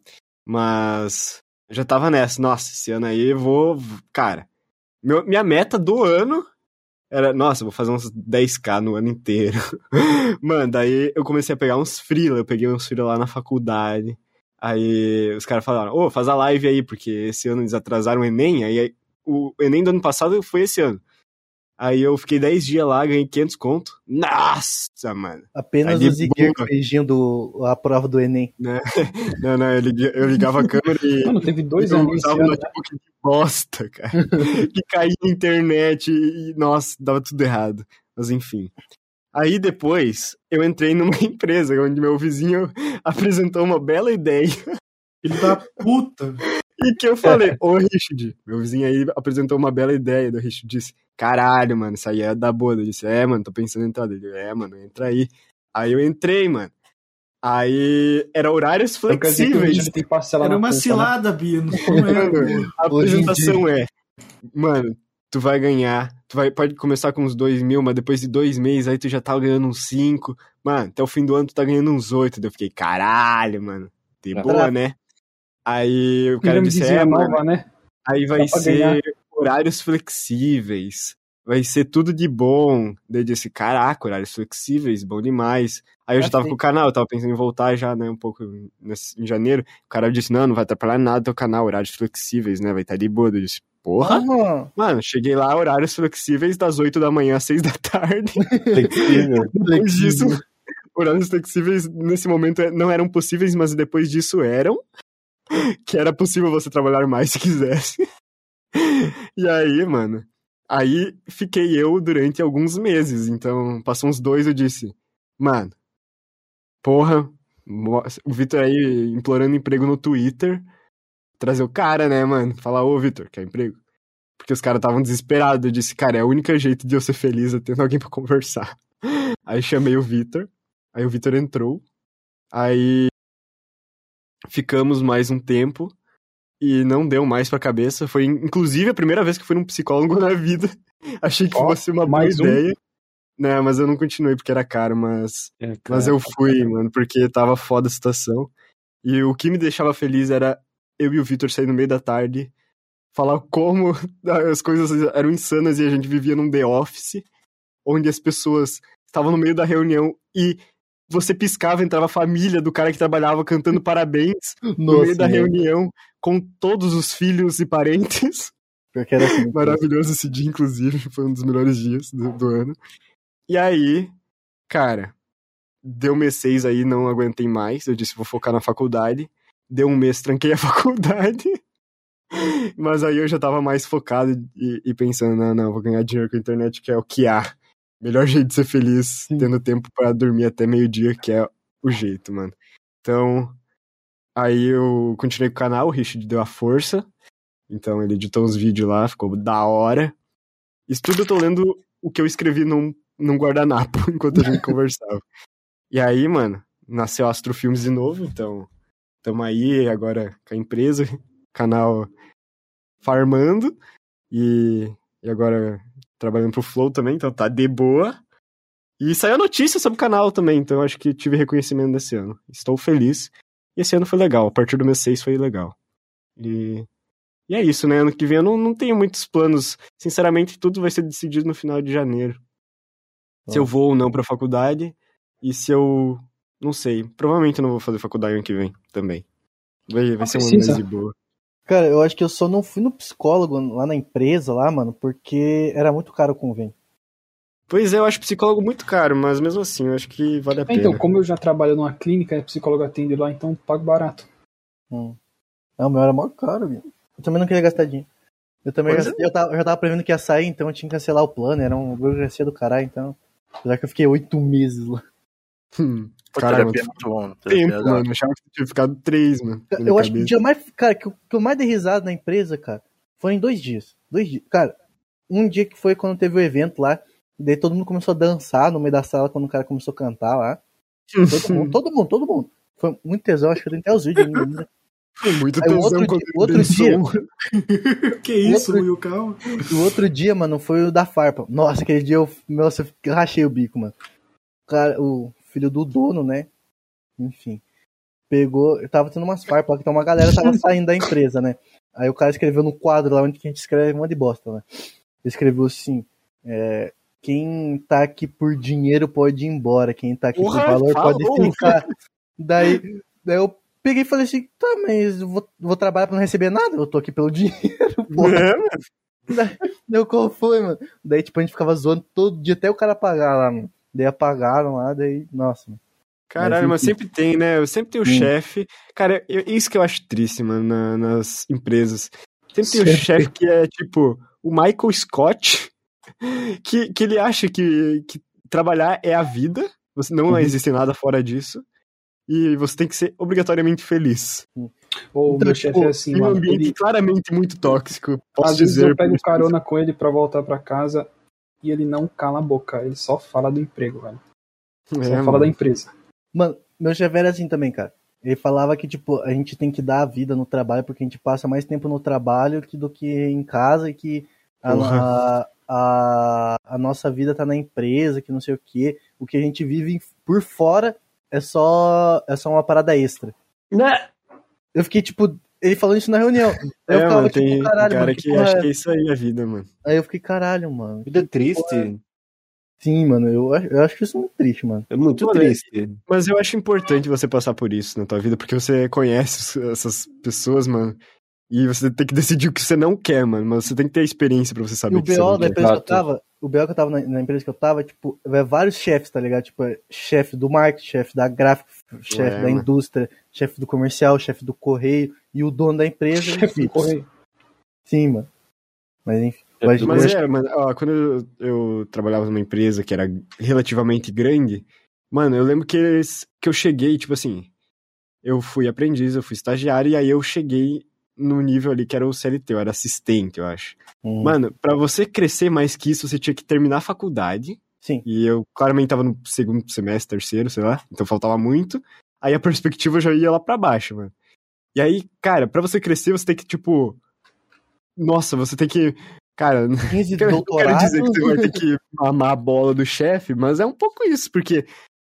Speaker 1: Mas eu já tava nessa, nossa, esse ano aí eu vou, cara, meu- minha meta do ano era, nossa, eu vou fazer uns dez k no ano inteiro. Mano, daí eu comecei a pegar uns freela, eu peguei uns freela lá na faculdade, aí os caras falaram, ô, faz a live aí, porque esse ano eles atrasaram o Enem, aí o Enem do ano passado foi esse ano. Aí eu fiquei dez dias lá, ganhei quinhentos conto. Nossa, mano.
Speaker 2: Apenas
Speaker 1: Aí de
Speaker 2: o Ziguinho
Speaker 1: boa.
Speaker 2: corrigindo a prova do Enem.
Speaker 1: Não, não, eu, liguei- eu ligava a câmera e
Speaker 3: Mano, teve dois
Speaker 1: eu
Speaker 3: anos esse
Speaker 1: usava um
Speaker 3: ano, né?
Speaker 1: notebook de bosta, cara. Que caía na internet e, nossa, dava tudo errado. Mas enfim. Aí depois, eu entrei numa empresa onde meu vizinho apresentou uma bela ideia
Speaker 6: Filho da puta.
Speaker 1: e que eu falei, ô Richard, meu vizinho aí apresentou uma bela ideia, daí o Richard disse, caralho, mano, isso aí é da boa. Eu disse, é, mano, tô pensando em entrar. Ele, é, mano, entra aí. Aí eu entrei, mano. Aí era horários
Speaker 3: Então quer dizer que o
Speaker 1: flexíveis.
Speaker 3: Richard tem parcela
Speaker 6: Era
Speaker 3: na
Speaker 6: uma
Speaker 3: conta, né?
Speaker 6: cilada, Bia. Não não é,
Speaker 1: Mano, a
Speaker 2: Hoje em
Speaker 1: apresentação é, mano, tu vai ganhar, tu vai, pode começar com uns dois mil, mas depois de dois meses aí tu já tá ganhando uns cinco. Mano, até o fim do ano tu tá ganhando uns oito. Daí eu fiquei, caralho, mano, de boa,
Speaker 2: Caraca.
Speaker 1: né? Aí o cara disse,
Speaker 3: Piramidezinha
Speaker 1: é, mano,
Speaker 3: nova, né?
Speaker 1: aí vai
Speaker 3: Dá pra
Speaker 1: ser
Speaker 3: ganhar.
Speaker 1: horários flexíveis, vai ser tudo de bom. Daí eu disse, caraca, horários flexíveis, bom demais. Aí eu já tava com o canal, eu tava pensando em voltar já, né, um pouco nesse- em janeiro. O cara disse, não, não vai atrapalhar nada teu canal, horários flexíveis, né, vai estar de boa. Eu disse, porra?
Speaker 2: Ah,
Speaker 1: Mano, cheguei lá, horários flexíveis das oito da manhã às seis da tarde.
Speaker 4: Flexível.
Speaker 1: Depois disso, horários flexíveis nesse momento não eram possíveis, mas depois disso eram. Que era possível você trabalhar mais se quisesse. E aí, mano, aí fiquei eu durante alguns meses. Então, passou uns dois, eu disse, mano, porra, mo- o Vitor aí implorando emprego no Twitter, trazer o cara, né, mano? Falar, ô, Vitor, quer emprego? Porque os caras estavam desesperados. Eu disse, cara, é o único jeito de eu ser feliz é tendo alguém pra conversar. Aí chamei o Vitor, aí o Vitor entrou, aí ficamos mais um tempo e não deu mais pra cabeça. Foi inclusive a primeira vez que fui num psicólogo na vida. Achei que
Speaker 3: Ó,
Speaker 1: fosse uma boa
Speaker 3: mais um.
Speaker 1: ideia. Né, mas eu não continuei porque era caro, mas,
Speaker 4: É,
Speaker 1: mas
Speaker 4: cara.
Speaker 1: eu fui, mano, porque tava foda a situação. E o que me deixava feliz era eu e o Vitor sair no meio da tarde, falar como as coisas eram insanas e a gente vivia num The Office, onde as pessoas estavam no meio da reunião e você piscava, entrava a família do cara que trabalhava cantando parabéns no
Speaker 2: nossa,
Speaker 1: meio da
Speaker 2: mano.
Speaker 1: reunião com todos os filhos e parentes.
Speaker 2: Pior que era assim.
Speaker 1: Maravilhoso esse dia, inclusive, foi um dos melhores dias do, do ano. E aí, cara, deu mês seis aí, não aguentei mais, eu disse, vou focar na faculdade. Deu um mês, tranquei a faculdade. Mas aí eu já tava mais focado e, e pensando, não, não, vou ganhar dinheiro com a internet, que é o que há. Melhor jeito de ser feliz,
Speaker 2: Sim.
Speaker 1: tendo tempo pra dormir até meio-dia, que é o jeito, mano. Então, aí eu continuei com o canal, o Richard deu a força. Então ele editou uns vídeos lá, ficou da hora. Isso tudo eu tô lendo o que eu escrevi num, num guardanapo, enquanto a gente conversava. E aí, mano, nasceu Astrofilmes de novo, então tamo aí agora com a empresa, canal farmando, e, e agora trabalhando pro Flow também, então tá de boa. E saiu a notícia sobre o canal também, então acho que tive reconhecimento desse ano. Estou feliz. E esse ano foi legal, a partir do mês seis foi legal. E, e é isso, né? Ano que vem eu não, não tenho muitos planos. Sinceramente, tudo vai ser decidido no final de janeiro. se eu vou ou não pra faculdade, e se eu, não sei, provavelmente eu não vou fazer faculdade ano que vem também. Vai, vai ser uma
Speaker 3: precisa.
Speaker 1: mais de boa.
Speaker 2: Cara, eu acho que eu só não fui no psicólogo lá na empresa, lá, mano, porque era muito caro o convênio.
Speaker 1: Pois é, eu acho psicólogo muito caro, mas mesmo assim, eu acho que vale a
Speaker 3: É,
Speaker 1: pena.
Speaker 3: então, como eu já trabalho numa clínica, a psicóloga atende lá, então pago barato.
Speaker 2: Hum. Não, o meu era mó caro, viu? Eu também não queria gastar dinheiro. Eu também
Speaker 1: Pois
Speaker 2: já, eu, tava, eu já tava prevendo que ia sair, então eu tinha que cancelar o plano, era uma burocracia do caralho, então. Apesar que eu fiquei oito meses lá.
Speaker 1: Hum,
Speaker 5: Pô,
Speaker 1: caralho,
Speaker 5: terapia é muito bom. terapia
Speaker 1: tempo,
Speaker 5: é da-
Speaker 1: mano. Eu achava que você tinha ficado três, mano. na minha
Speaker 2: Eu acho que o
Speaker 1: cabeça.
Speaker 2: dia mais. Cara, que eu, que eu mais dei risada na empresa, cara, foi em dois dias. Dois dias. Cara, um dia que foi quando teve o evento lá, daí todo mundo começou a dançar no meio da sala quando o cara começou a cantar lá. Todo mundo, todo mundo, todo mundo. Foi muito tesão, acho que eu tenho até os vídeos ainda.
Speaker 1: Muito
Speaker 2: Aí o
Speaker 1: tesão
Speaker 2: outro
Speaker 1: quando
Speaker 2: dia-
Speaker 1: ele
Speaker 2: outro
Speaker 1: tem
Speaker 2: dia-
Speaker 1: som.
Speaker 6: Que isso,
Speaker 2: Outro-
Speaker 6: Will, calma.
Speaker 2: E o outro dia, mano, foi o da farpa. Nossa, aquele dia eu, nossa, eu rachei o bico, mano. O, cara, o filho do dono, né? Enfim. Pegou. Eu tava tendo umas farpas lá, então uma galera tava saindo da empresa, né? Aí o cara escreveu no quadro lá onde que a gente escreve um monte de bosta, né? Ele escreveu assim: é, quem tá aqui por dinheiro pode ir embora, quem tá aqui
Speaker 1: Porra,
Speaker 2: por valor
Speaker 1: falou.
Speaker 2: pode ficar. Daí, daí eu peguei e falei assim: tá, mas eu vou, vou trabalhar pra não receber nada, eu tô aqui pelo dinheiro, porra.
Speaker 1: É, mano.
Speaker 2: Daí, deu qual foi, mano? Daí, tipo, a gente ficava zoando todo dia até o cara pagar lá, mano. Daí apagaram lá, daí, nossa, mano.
Speaker 1: Caralho, mas
Speaker 2: Mas, enfim.
Speaker 1: sempre tem, né? Eu sempre tenho o
Speaker 2: Hum.
Speaker 1: chefe. Cara, eu- isso que eu acho triste, mano, na- nas empresas. Sempre tem o
Speaker 3: Sempre.
Speaker 1: chefe que é, tipo, o Michael Scott, que, que ele acha que, que trabalhar é a vida, você não
Speaker 2: Uhum.
Speaker 1: existe nada fora disso, e você tem que ser obrigatoriamente feliz.
Speaker 3: Ou o
Speaker 2: Então,
Speaker 3: meu
Speaker 2: tipo,
Speaker 3: chefe é assim,
Speaker 1: Em um
Speaker 3: mano.
Speaker 1: ambiente
Speaker 3: Ele,
Speaker 1: claramente muito tóxico, posso
Speaker 3: às vezes
Speaker 1: dizer.
Speaker 3: eu pego
Speaker 1: por
Speaker 3: carona com ele pra voltar pra casa e ele não cala a boca. Ele só fala do emprego, velho.
Speaker 1: É,
Speaker 3: Só fala
Speaker 1: mano.
Speaker 3: da empresa.
Speaker 2: Mano, meu chefe era assim também, cara. Ele falava que, tipo, a gente tem que dar a vida no trabalho porque a gente passa mais tempo no trabalho que do que em casa e que a,
Speaker 1: Porra.
Speaker 2: a, a, a nossa vida tá na empresa, que não sei o quê. O que a gente vive por fora é só, é só uma parada extra.
Speaker 1: Né?
Speaker 2: Eu fiquei, tipo, ele falando isso na reunião. Aí eu
Speaker 1: É,
Speaker 2: ficava,
Speaker 1: mano,
Speaker 2: tipo,
Speaker 1: tem
Speaker 2: caralho,
Speaker 1: cara
Speaker 2: mano,
Speaker 1: que
Speaker 2: que porra
Speaker 1: acha
Speaker 2: é
Speaker 1: que é isso aí a vida, mano.
Speaker 2: Aí eu fiquei, caralho, mano.
Speaker 4: Vida triste.
Speaker 2: Sim, mano, eu, acho- eu acho que isso é muito triste, mano.
Speaker 4: É muito
Speaker 1: Mano,
Speaker 4: triste.
Speaker 1: Mas eu acho importante você passar por isso na tua vida, porque você conhece essas pessoas, mano. E você tem que decidir o que você não quer, mano. Mas você tem que ter a experiência pra você
Speaker 2: E
Speaker 1: saber
Speaker 2: o
Speaker 1: o que você
Speaker 2: B O
Speaker 1: não
Speaker 2: da
Speaker 1: quer.
Speaker 2: empresa que eu
Speaker 4: Exato.
Speaker 2: tava, o B O que eu tava na, na empresa que eu tava, tipo, é vários chefes, tá ligado? Tipo, é chefe do marketing, chefe da gráfica, chefe
Speaker 1: É,
Speaker 2: da
Speaker 1: mano.
Speaker 2: indústria, chefe do comercial, chefe do correio e o dono da empresa.
Speaker 3: Chefe do correio.
Speaker 2: Sim, mano. Mas enfim.
Speaker 4: É,
Speaker 2: Mas,
Speaker 1: Mas
Speaker 2: mas-
Speaker 1: é, mano, ó, quando eu, eu trabalhava numa empresa que era relativamente grande, mano, eu lembro que, eles, que eu cheguei, tipo assim, eu fui aprendiz, eu fui estagiário, e aí eu cheguei no nível ali que era o C L T, eu era assistente, eu acho.
Speaker 2: hum,
Speaker 1: Mano, pra você crescer mais que isso, você tinha que terminar a faculdade,
Speaker 2: sim.
Speaker 1: e eu claramente tava no segundo semestre, terceiro, sei lá, então faltava muito, aí a perspectiva já ia lá pra baixo, mano. E aí, cara, pra você crescer, você tem que, tipo, nossa, você tem que, cara,
Speaker 2: quinze
Speaker 1: eu quero
Speaker 2: doutorados.
Speaker 1: dizer que você vai ter que mamar a bola do chefe, mas é um pouco isso, porque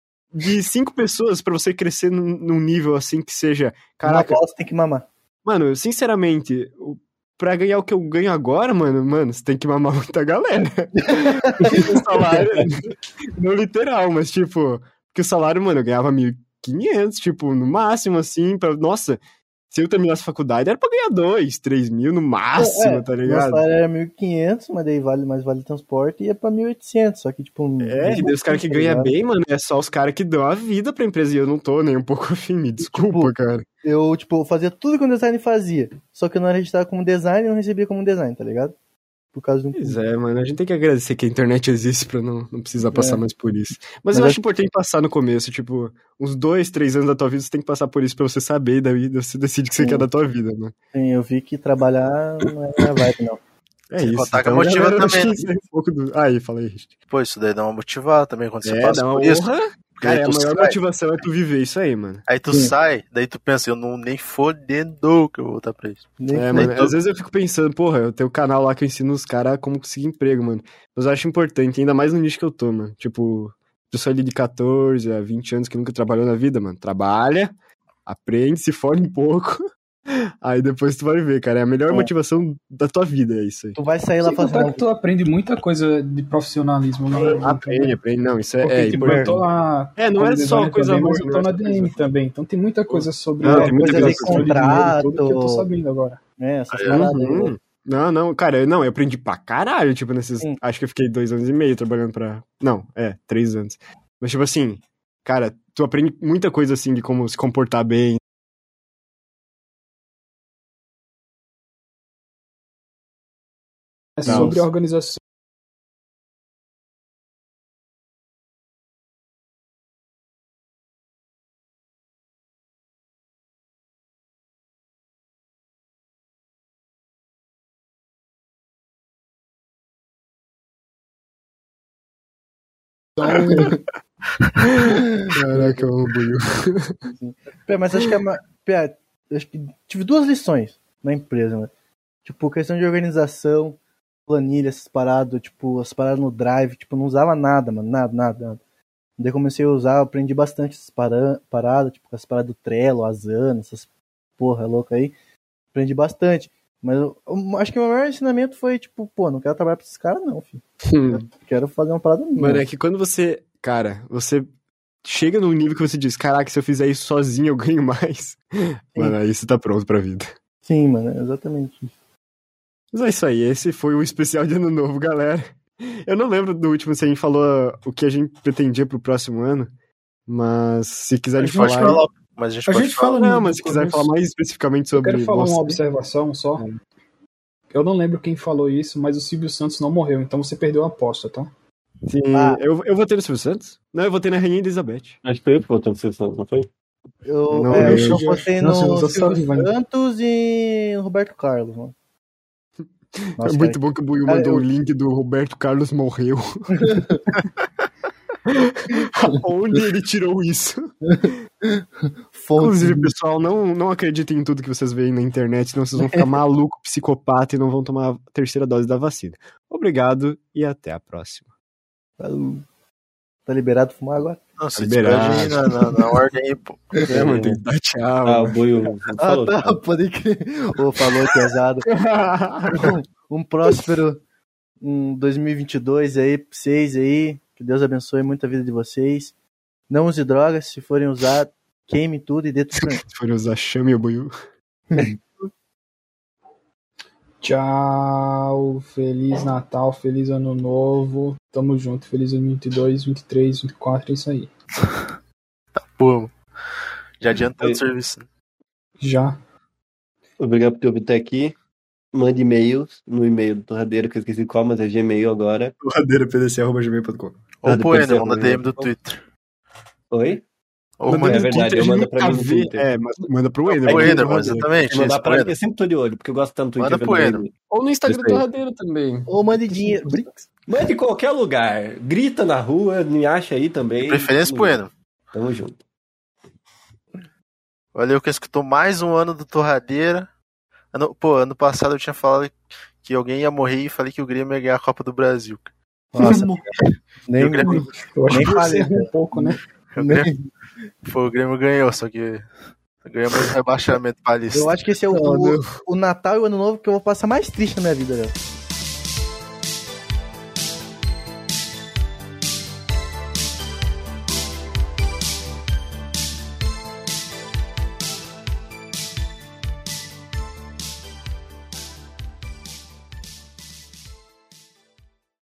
Speaker 1: de cinco pessoas pra você crescer num, num nível assim que seja,
Speaker 2: Uma
Speaker 1: caraca,
Speaker 2: bola você tem que mamar.
Speaker 1: mano, sinceramente, o- pra ganhar o que eu ganho agora, mano, mano, você tem que mamar muita galera. O salário, não literal, mas tipo, porque o salário, mano, eu ganhava mil e quinhentos, tipo, no máximo, assim, pra, nossa, se eu terminasse a faculdade, era pra ganhar dois, três mil no máximo,
Speaker 2: É,
Speaker 1: tá
Speaker 2: meu
Speaker 1: ligado?
Speaker 2: salário era mil e quinhentos, mas daí vale mais vale transporte e ia pra mil e oitocentos. Só que, tipo.
Speaker 1: É, e daí os caras que
Speaker 2: tá
Speaker 1: ganham
Speaker 2: ligado?
Speaker 1: bem, mano, é só os caras que dão a vida pra empresa, e eu não tô nem um pouco afim, me desculpa,
Speaker 2: Tipo,
Speaker 1: cara.
Speaker 2: Eu, tipo, fazia tudo que o design fazia. Só que eu não era registrado como design e não recebia como design, tá ligado? Por causa de um.
Speaker 1: Pois é, mano, a gente tem que agradecer que a internet existe pra não, não precisar passar
Speaker 2: É.
Speaker 1: mais por isso. Mas,
Speaker 2: Mas
Speaker 1: eu
Speaker 2: acho-
Speaker 1: acho importante passar no começo, tipo, uns dois, três anos da tua vida, você tem que passar por isso pra você saber, e daí você decide o que você
Speaker 2: Sim.
Speaker 1: quer da tua vida, né?
Speaker 2: Sim, eu vi que trabalhar não é minha vibe, não.
Speaker 1: É
Speaker 5: Sem
Speaker 1: isso.
Speaker 5: contar que
Speaker 1: Então,
Speaker 5: motiva
Speaker 1: galera, eu acho
Speaker 5: também,
Speaker 1: que isso é um pouco do... Aí, fala aí, Richard.
Speaker 5: Pô, isso daí dá uma motivada também quando você
Speaker 1: É,
Speaker 5: passa
Speaker 1: dá uma
Speaker 5: por isso.
Speaker 1: honra.
Speaker 5: Porque
Speaker 1: Cara,
Speaker 5: aí
Speaker 1: a
Speaker 5: tu
Speaker 1: maior
Speaker 5: sai,
Speaker 1: motivação é tu viver isso aí, mano.
Speaker 5: aí tu
Speaker 2: Sim.
Speaker 5: sai, daí tu pensa, eu não nem fodendo que eu vou voltar pra isso.
Speaker 2: Nem
Speaker 1: É,
Speaker 2: fui.
Speaker 1: mano,
Speaker 5: tu-
Speaker 1: às vezes eu fico pensando, porra, eu tenho um canal lá que eu ensino os caras como conseguir emprego, mano. Mas eu acho importante, ainda mais no nicho que eu tô, mano. Tipo, pessoa ali de catorze a vinte anos que nunca trabalhou na vida, mano. Trabalha, aprende, se fode um pouco. Aí depois tu vai ver, cara. É a melhor
Speaker 2: É.
Speaker 1: motivação da tua vida, é isso aí.
Speaker 2: Tu vai sair lá
Speaker 3: Sem contar
Speaker 2: fazendo.
Speaker 3: que tu aprende muita coisa de profissionalismo lá.
Speaker 1: Aprende, aprende. Não, isso é,
Speaker 3: Porque,
Speaker 1: é
Speaker 3: tipo, eu tô
Speaker 1: importante.
Speaker 3: lá.
Speaker 1: É, não é
Speaker 3: como
Speaker 1: só
Speaker 3: designer
Speaker 1: coisa
Speaker 3: também,
Speaker 1: ruim,
Speaker 3: mas eu
Speaker 1: não
Speaker 3: tô
Speaker 1: é
Speaker 3: na
Speaker 1: só
Speaker 3: D
Speaker 1: coisa
Speaker 3: M
Speaker 1: ruim.
Speaker 3: também. Então tem muita coisa sobre.
Speaker 1: Não,
Speaker 3: a
Speaker 1: tem muita
Speaker 3: organização
Speaker 2: coisa de
Speaker 3: de dinheiro, tudo que eu tô
Speaker 2: contrato.
Speaker 3: sabendo agora.
Speaker 2: É, essas
Speaker 5: É.
Speaker 2: paradas aí,
Speaker 1: Uhum.
Speaker 2: né?
Speaker 1: Não, não, cara, eu- não, eu aprendi pra caralho, tipo, nesses.
Speaker 2: Sim.
Speaker 1: Acho que eu fiquei dois anos e meio trabalhando pra. Não, é, três anos. Mas, tipo assim, cara, tu aprende muita coisa assim de como se comportar bem.
Speaker 3: É
Speaker 1: Tá.
Speaker 3: sobre a organização.
Speaker 1: Caraca, eu amo o Buiu.
Speaker 2: Pé, mas acho que é uma. Pé, acho que tive duas lições na empresa, né? Tipo, questão de organização, planilha, essas paradas, tipo, as paradas no Drive, tipo, não usava nada, mano, nada, nada, nada. Daí comecei a usar, eu aprendi bastante essas para- paradas, tipo, as paradas do Trello, Asana, essas porra louca aí. Aprendi bastante. Mas eu, eu acho que o meu maior ensinamento foi, tipo, pô, não quero trabalhar pra esses caras, não, filho. Quero fazer uma parada minha.
Speaker 1: Mano, é que quando você. Cara, você chega num nível que você diz: caraca, se eu fizer isso sozinho eu ganho mais. Mano, aí você tá pronto pra vida.
Speaker 2: Sim, mano, é exatamente isso.
Speaker 1: Mas é isso aí, esse foi o especial de Ano Novo, galera. Eu não lembro do último se a gente falou o que a gente pretendia pro próximo ano, mas se quiserem
Speaker 6: A gente
Speaker 5: Pode
Speaker 1: falar.
Speaker 5: falar, mas a gente
Speaker 6: A
Speaker 5: pode
Speaker 6: gente
Speaker 5: falar.
Speaker 6: fala
Speaker 1: Não,
Speaker 6: no
Speaker 1: mas se quiser
Speaker 6: começo.
Speaker 1: falar mais especificamente
Speaker 3: Eu
Speaker 1: sobre
Speaker 3: quero falar
Speaker 1: você.
Speaker 3: uma observação só. Eu não lembro quem falou isso, mas o Silvio Santos não morreu, então você perdeu a aposta, tá?
Speaker 1: Sim,
Speaker 2: Ah.
Speaker 1: eu, eu votei no Silvio Santos? Não, eu votei na Rainha Elizabeth.
Speaker 4: Acho que foi eu que votei no Silvio Santos, não foi?
Speaker 2: Eu,
Speaker 1: Não,
Speaker 2: é,
Speaker 1: eu-
Speaker 2: eu votei
Speaker 3: Não,
Speaker 2: no
Speaker 3: Silvio
Speaker 2: Silvio
Speaker 3: Santos tá vivo ainda.
Speaker 2: Santos e no Roberto Carlos, mano. Nossa,
Speaker 1: é muito
Speaker 2: cara,
Speaker 1: bom que o Buiu
Speaker 2: cara,
Speaker 1: mandou
Speaker 2: eu-
Speaker 1: o link do Roberto Carlos morreu. Onde ele tirou isso?
Speaker 2: fonte-
Speaker 1: Inclusive, pessoal, não, não acreditem em tudo que vocês veem na internet, senão vocês vão ficar maluco, psicopata e não vão tomar a terceira dose da vacina. Obrigado e até a próxima.
Speaker 2: Tá liberado fumar agora?
Speaker 5: Não, se
Speaker 1: Liberado.
Speaker 5: despede aí na, na, na ordem aí, pô.
Speaker 1: É, mano, tem que dar tchau.
Speaker 4: Ah, o Buiu não
Speaker 2: Ah,
Speaker 4: falou.
Speaker 2: tá, pode crer. Ô, falou, pesado. Um próspero um dois mil e vinte e dois aí pra vocês aí. Que Deus abençoe muito a vida de vocês. Não use drogas, se forem usar, queime tudo e dê tudo pra mim.
Speaker 1: Se for usar, chame o Buiu.
Speaker 3: Tchau, Feliz Natal, Feliz Ano Novo. Tamo junto, Feliz dois mil e vinte e dois, vinte e três, vinte e quatro, é isso aí.
Speaker 5: Pô, já adiantando
Speaker 4: Oi.
Speaker 5: o serviço.
Speaker 3: Já.
Speaker 4: Obrigado por ter ouvido até aqui. Mande e-mails no e-mail do Torradeira, que eu esqueci qual, mas é Gmail agora.
Speaker 1: torradeira p d c arroba gmail ponto com.
Speaker 5: Ou
Speaker 4: Ah,
Speaker 5: pro
Speaker 4: depois você
Speaker 5: Ender, manda
Speaker 4: arruma
Speaker 5: D M do
Speaker 4: então.
Speaker 5: Twitter.
Speaker 4: Oi?
Speaker 5: Ou
Speaker 1: Manda
Speaker 5: manda
Speaker 4: é
Speaker 1: no
Speaker 4: verdade,
Speaker 1: Twitter,
Speaker 4: eu
Speaker 1: a gente
Speaker 4: mando pra
Speaker 1: nunca
Speaker 4: mim no
Speaker 1: vê.
Speaker 4: Twitter.
Speaker 1: É, mas manda pro Ender.
Speaker 5: pro
Speaker 1: manda
Speaker 5: Ender,
Speaker 1: pro
Speaker 5: mas
Speaker 1: Torradeira.
Speaker 5: exatamente.
Speaker 4: Se mandar
Speaker 5: isso,
Speaker 4: pra
Speaker 5: pro
Speaker 4: mim,
Speaker 5: Ender.
Speaker 4: eu sempre tô de olho, porque eu gosto tanto do Twitter.
Speaker 5: Manda pro
Speaker 4: vendo
Speaker 5: Ender.
Speaker 4: ele.
Speaker 1: Ou no Instagram do
Speaker 4: Isso aí.
Speaker 1: Torradeira também.
Speaker 2: Ou mande dinheiro. Brinks.
Speaker 4: Mande em qualquer lugar. Grita na rua, me acha aí também.
Speaker 5: Preferência pro Ender.
Speaker 4: Tamo junto.
Speaker 5: Valeu que escutou mais um ano do Torradeira. Ano, pô, ano passado eu tinha falado que alguém ia morrer e falei que o Grêmio ia ganhar a Copa do Brasil.
Speaker 2: Nossa, nem,
Speaker 5: Eu queria-
Speaker 3: Eu acho
Speaker 2: Nem
Speaker 3: que
Speaker 2: falei,
Speaker 3: você errou um pouco, né?
Speaker 5: O Grêmio, pô, o Grêmio ganhou, só que ganhamos um rebaixamento paulista.
Speaker 2: eu acho que esse é o,
Speaker 1: Não,
Speaker 2: o,
Speaker 1: não.
Speaker 2: o Natal e o Ano Novo que eu vou passar mais triste na minha vida, velho.